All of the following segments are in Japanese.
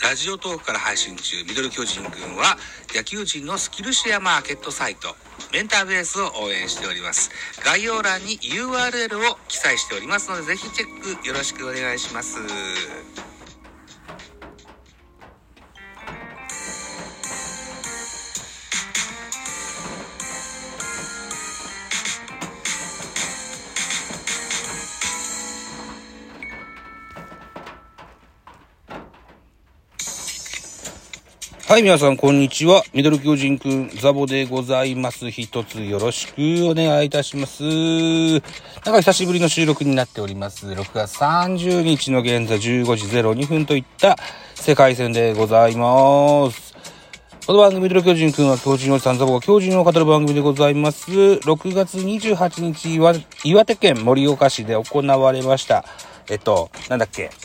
ラジオトークから配信中、ミドル巨人くんは野球人のスキルシェアマーケットサイトメンターベースを応援しております。概要欄に URL を記載しておりますので、ぜひチェックよろしくお願いします。はい、皆さんこんにちは。ミドル巨人くんザボでございます。一つよろしくお願いいたします。なんか久しぶりの収録になっております。6月30日の現在15時02分といった世界戦でございます。この番組ミドル巨人くんは巨人おじさんザボが巨人を語る番組でございます。6月28日は岩手県盛岡市で行われました。なんだっけ、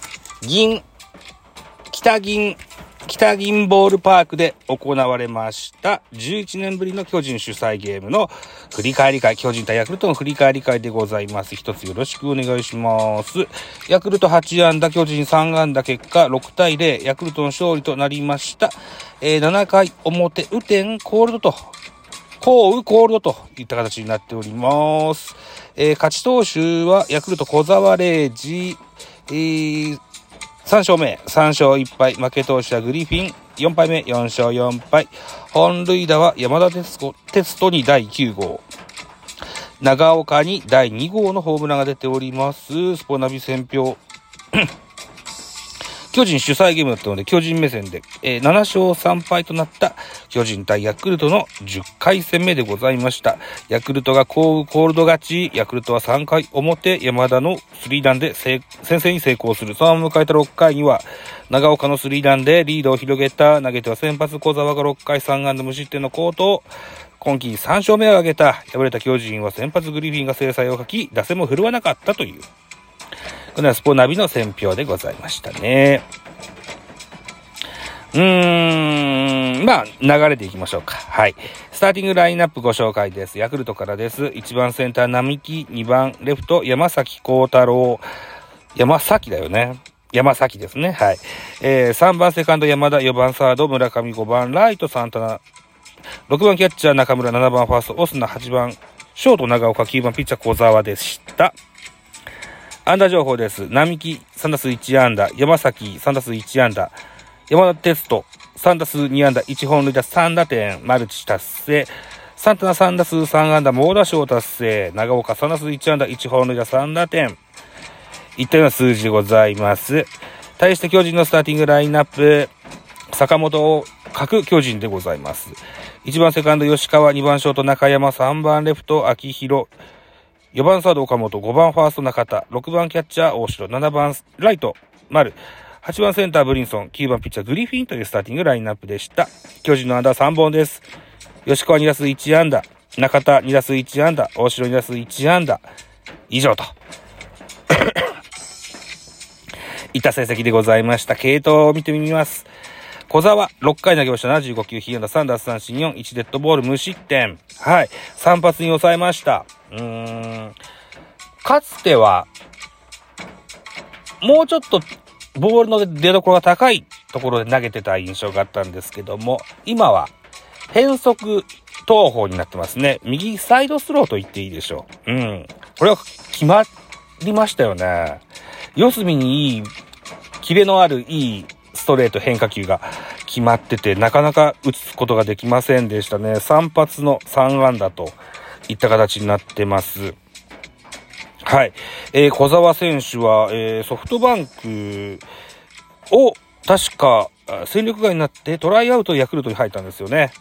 北銀ボールパークで行われました11年ぶりの巨人主催ゲームの振り返り会、巨人対ヤクルトの振り返り会でございます。一つよろしくお願いします。ヤクルト8安打、巨人3安打、結果6対0、ヤクルトの勝利となりました。7回表、雨天コールドといった形になっております。勝ち投手はヤクルト小沢礼二、3勝目、3勝1敗、負け投手はグリフィン、4敗目、4勝4敗、本塁打は山田哲人に第9号、長岡に第2号のホームランが出ております。スポナビ選評。巨人主催ゲームだったので、巨人目線で、7勝3敗となった巨人対ヤクルトの10回戦目でございました。ヤクルトがコールド勝ち、ヤクルトは3回表、山田のスリーランで先制に成功する。そのまま迎えた6回には、長岡のスリーランでリードを広げた、投げては先発小沢が6回3安打無失点の好投。今季3勝目を挙げた、敗れた巨人は先発グリフィンが精彩を欠き、打線も振るわなかったという。これはスポナビの選評でございましたね。まあ、流れでいきましょうか。はい。スターティングラインナップご紹介です。ヤクルトからです。1番センター並木、2番レフト山崎幸太郎。山崎だよね。山崎ですね。はい。3番セカンド山田、4番サード村上、5番ライトサンタナ、6番キャッチャー中村、7番ファーストオスナ、8番ショート長岡、9番ピッチャー小沢でした。安打情報です。並木3打数1安打、山崎3打数1安打、山田哲人3打数2安打、1本塁打3打点、マルチ達成。サンタナ3打数3安打、猛打賞達成。長岡3打数1安打、1本塁打3打点。いったような数字でございます。対して巨人のスターティングラインナップ、坂本を欠く巨人でございます。1番セカンド吉川、2番ショート中山、3番レフト秋広、4番サード岡本、5番ファースト中田、6番キャッチャー大城、7番ライト丸、8番センターブリンソン、9番ピッチャーグリフィンというスターティングラインナップでした。巨人の安打3本です。吉川2打数1安打、中田2打数1安打、大城2打数1安打、以上といった成績でございました。系統を見てみます。小沢、6回投げました。75球、被安打3奪三振4、1デッドボール、無失点。はい。3発に抑えました。かつては、もうちょっと、ボールの出所が高いところで投げてた印象があったんですけども、今は、変則投法になってますね。右サイドスローと言っていいでしょう。これは決まりましたよね。四隅にいい、キレのあるいいストレート変化球が決まってて、なかなか打つことができませんでしたね。3発の3安打といった形になってます。はい。小沢選手は、ソフトバンクを確か戦力外になってトライアウトヤクルトに入ったんですよね。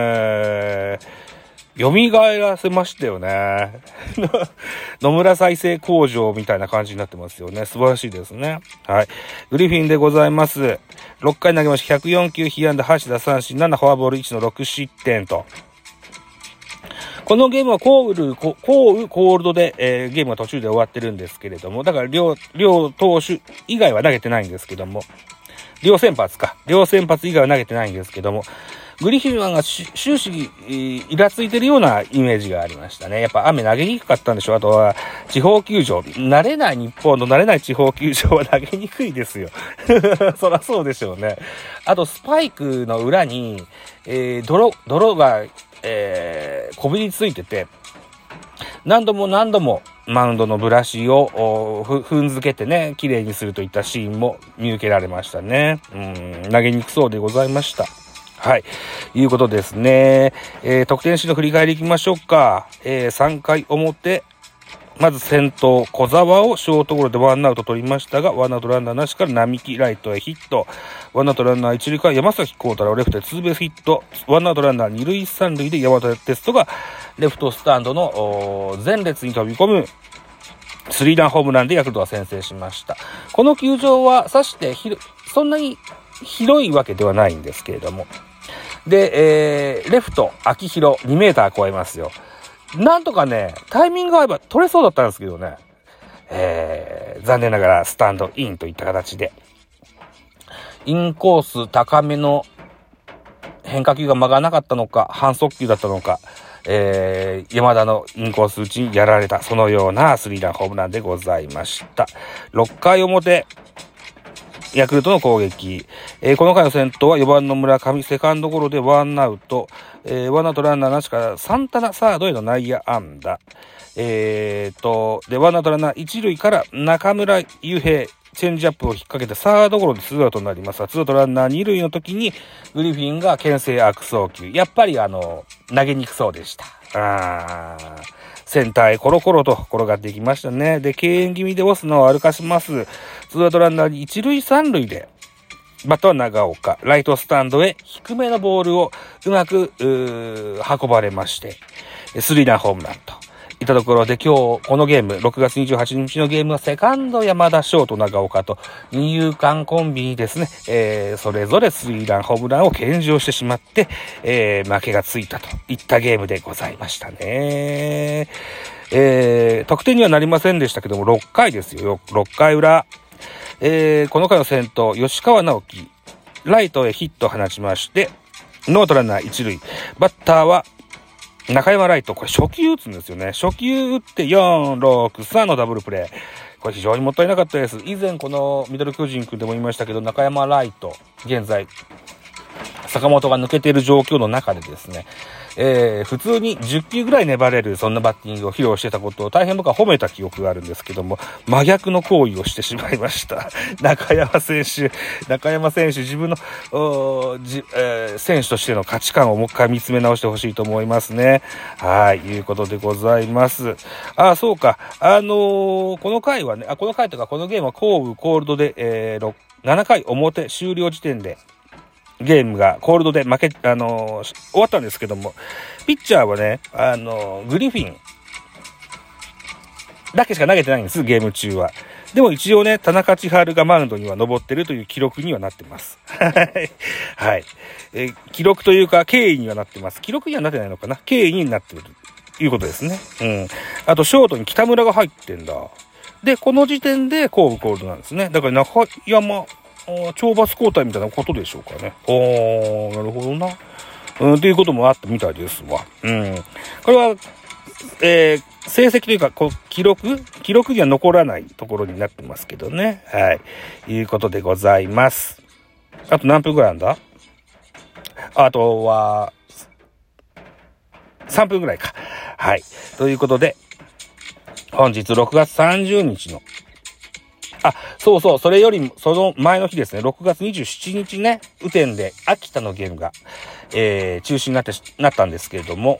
蘇らせましたよね。野村再生工場みたいな感じになってますよね。素晴らしいですね。はい。グリフィンでございます。6回投げました。104球、被安打8奪三振7、フォアボール1の6失点と。このゲームはコールドで、ゲームが途中で終わってるんですけれども、だから両投手以外は投げてないんですけども、両先発以外は投げてないんですけども、 グリフィンが終始イラついてるようなイメージがありましたね。やっぱ雨投げにくかったんでしょ。あとは地方球場、慣れない日本の慣れない地方球場は投げにくいですよ。そらそうでしょうね。あとスパイクの裏に、泥が、こびりついてて、何度もマウンドのブラシを踏んづけてね、綺麗にするといったシーンも見受けられましたね。投げにくそうでございました。はい。いうことですね。得点シーンの振り返りいきましょうか。3回表、まず先頭、小沢をショートゴロでワンアウト取りましたが、ワンアウトランナーなしから並木ライトへヒット。ワンアウトランナー一塁から山崎幸太郎レフトへツーベースヒット。ワンアウトランナー二塁三塁で山田テストがレフトスタンドの前列に飛び込むスリーランホームランでヤクルトが先制しました。この球場はさしてそんなに広いわけではないんですけれども。で、レフト、秋広2メーター超えますよ。なんとかね、タイミングが合えば取れそうだったんですけどね。残念ながらスタンドインといった形で。インコース高めの変化球が曲がなかったのか、反則球だったのか、山田のインコース打ちにやられた、そのようなスリーランホームランでございました。6回表、ヤクルトの攻撃。この回の先頭は4番の村上、セカンドゴロでワンアウト。ワンアウトランナーなしからサンタナサードへの内野安打。で、ワンアウトランナー一塁から中村悠平、チェンジアップを引っ掛けてサードゴロでツーアウトになりますが、ツーアウトランナー二塁の時にグリフィンが牽制悪送球。やっぱり投げにくそうでした。センターへコロコロと転がっていきましたね。で、敬遠気味でオスナを歩かします。ツーアウトランナーに一塁三塁で、バッターは長岡、ライトスタンドへ低めのボールをうまく運ばれまして、スリーランホームランといったところで、今日このゲーム、6月28日のゲームはセカンド山田、ショート長岡と二遊間コンビにですね、それぞれスリーランホームランを献上してしまって、負けがついたといったゲームでございましたね。得点にはなりませんでしたけども、6回ですよ。6回裏。この回の先頭、吉川直樹、ライトへヒットを放ちまして、ノートランナー一塁。バッターは、中山ライト、これ初球打つんですよね。初球打って4、6、3のダブルプレー。これ非常にもったいなかったです。以前このミドル巨人くんでも言いましたけど、中山ライト、現在、坂本が抜けている状況の中でですね、普通に10球ぐらい粘れるそんなバッティングを披露してたことを大変僕は褒めた記憶があるんですけども、真逆の行為をしてしまいました。中山選手自分の、選手としての価値観をもう一回見つめ直してほしいと思いますね。はい、いうことでございます。そうか。この回はね、この回とかこのゲームはコールドで、7回表終了時点で、ゲームがコールドで終わったんですけども、ピッチャーはね、グリフィンだけしか投げてないんです、ゲーム中は。でも一応ね、田中千春がマウンドには登ってるという記録にはなってます。はい。記録というか、経緯にはなってます。記録にはなってないのかな、経緯になってるということですね。あと、ショートに北村が入ってんだ。で、この時点でコールドなんですね。だから中山、懲罰交代みたいなことでしょうかね。なるほどな。っていうこともあったみたいですわ。これは、成績というか、記録には残らないところになってますけどね。はい。いうことでございます。あと何分ぐらいなんだ？あとは、3分ぐらいか。はい。ということで、本日6月30日のそれよりも、その前の日ですね、6月27日ね、雨天で秋田のゲームが、中止になったんですけれども、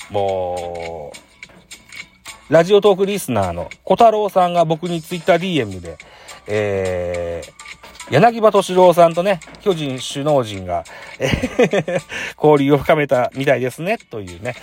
ラジオトークリスナーの小太郎さんが僕にツイッター DM で、柳葉敏郎さんとね、巨人首脳陣が、交流を深めたみたいですね、というね、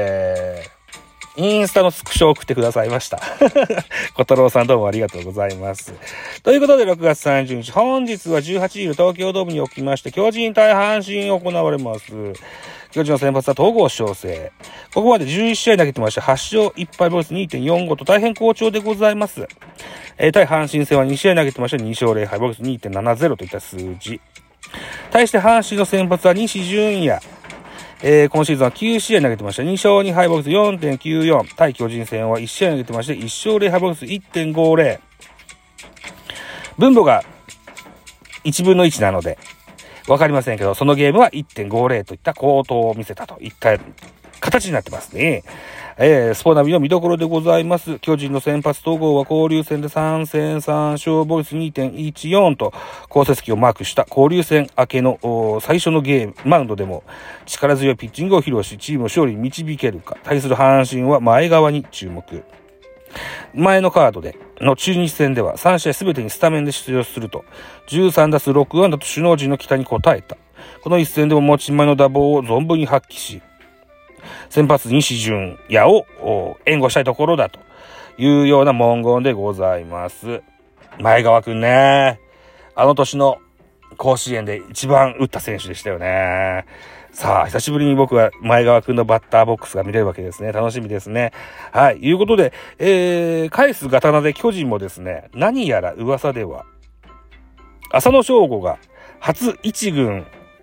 インスタのスクショを送ってくださいました。小太郎さんどうもありがとうございます。ということで6月30日、本日は18時東京ドームにおきまして、巨人対阪神行われます。巨人の先発は東郷翔征。ここまで11試合投げてまして、8勝1敗ボイス 2.45 と大変好調でございます。対阪神戦は2試合投げてまして、2勝0敗ボイス 2.70 といった数字。対して阪神の先発は西純也。 今シーズンは9試合投げてました。2勝2敗防御率 4.94。対巨人戦は1試合投げてまして、1勝0敗防御率 1.50。分母が1分の1なので、わかりませんけど、そのゲームは 1.50 といった高騰を見せたといった形になってますね。スポナビの見どころでございます。巨人の先発統合は交流戦で3戦3勝防御率 2.14 と好成績をマークした交流戦明けの最初のゲーム、マウンドでも力強いピッチングを披露し、チームを勝利に導けるか。対する阪神は前側に注目。前のカードでの中日戦では3試合すべてにスタメンで出場すると、13打数6安打と首脳陣の期待に応えた。この一戦でも持ち前の打棒を存分に発揮し、先発西純也を援護したいところだというような文言でございます。前川くんね、あの年の甲子園で一番打った選手でしたよね。さあ、久しぶりに僕は前川くんのバッターボックスが見れるわけですね。楽しみですね。はい。いうことで、返す刀で巨人もですね、何やら噂では、浅野翔吾が初一軍、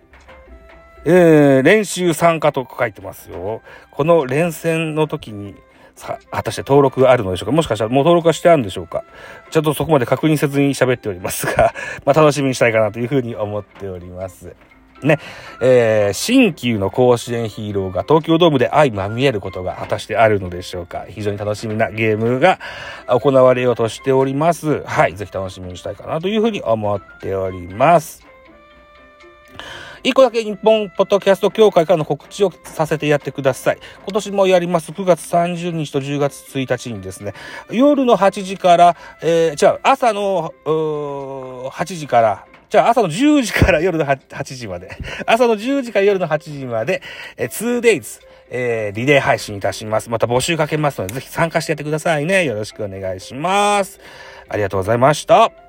練習参加と書いてますよ。この連戦の時に、果たして登録があるのでしょうか。もしかしたらもう登録はしてあるんでしょうか。ちょっとそこまで確認せずに喋っておりますが、楽しみにしたいかなというふうに思っております。ね、新旧の甲子園ヒーローが東京ドームで相まみえることが果たしてあるのでしょうか。非常に楽しみなゲームが行われようとしております。はい、ぜひ楽しみにしたいかなというふうに思っております。一個だけ日本ポッドキャスト協会からの告知をさせてやってください。今年もやります9月30日と10月1日にですね、夜の8時から、朝の8時から、朝の10時から夜の8時まで。朝の10時から夜の8時まで、2days、リレー配信いたします。また募集かけますので、ぜひ参加してやってくださいね。よろしくお願いします。ありがとうございました。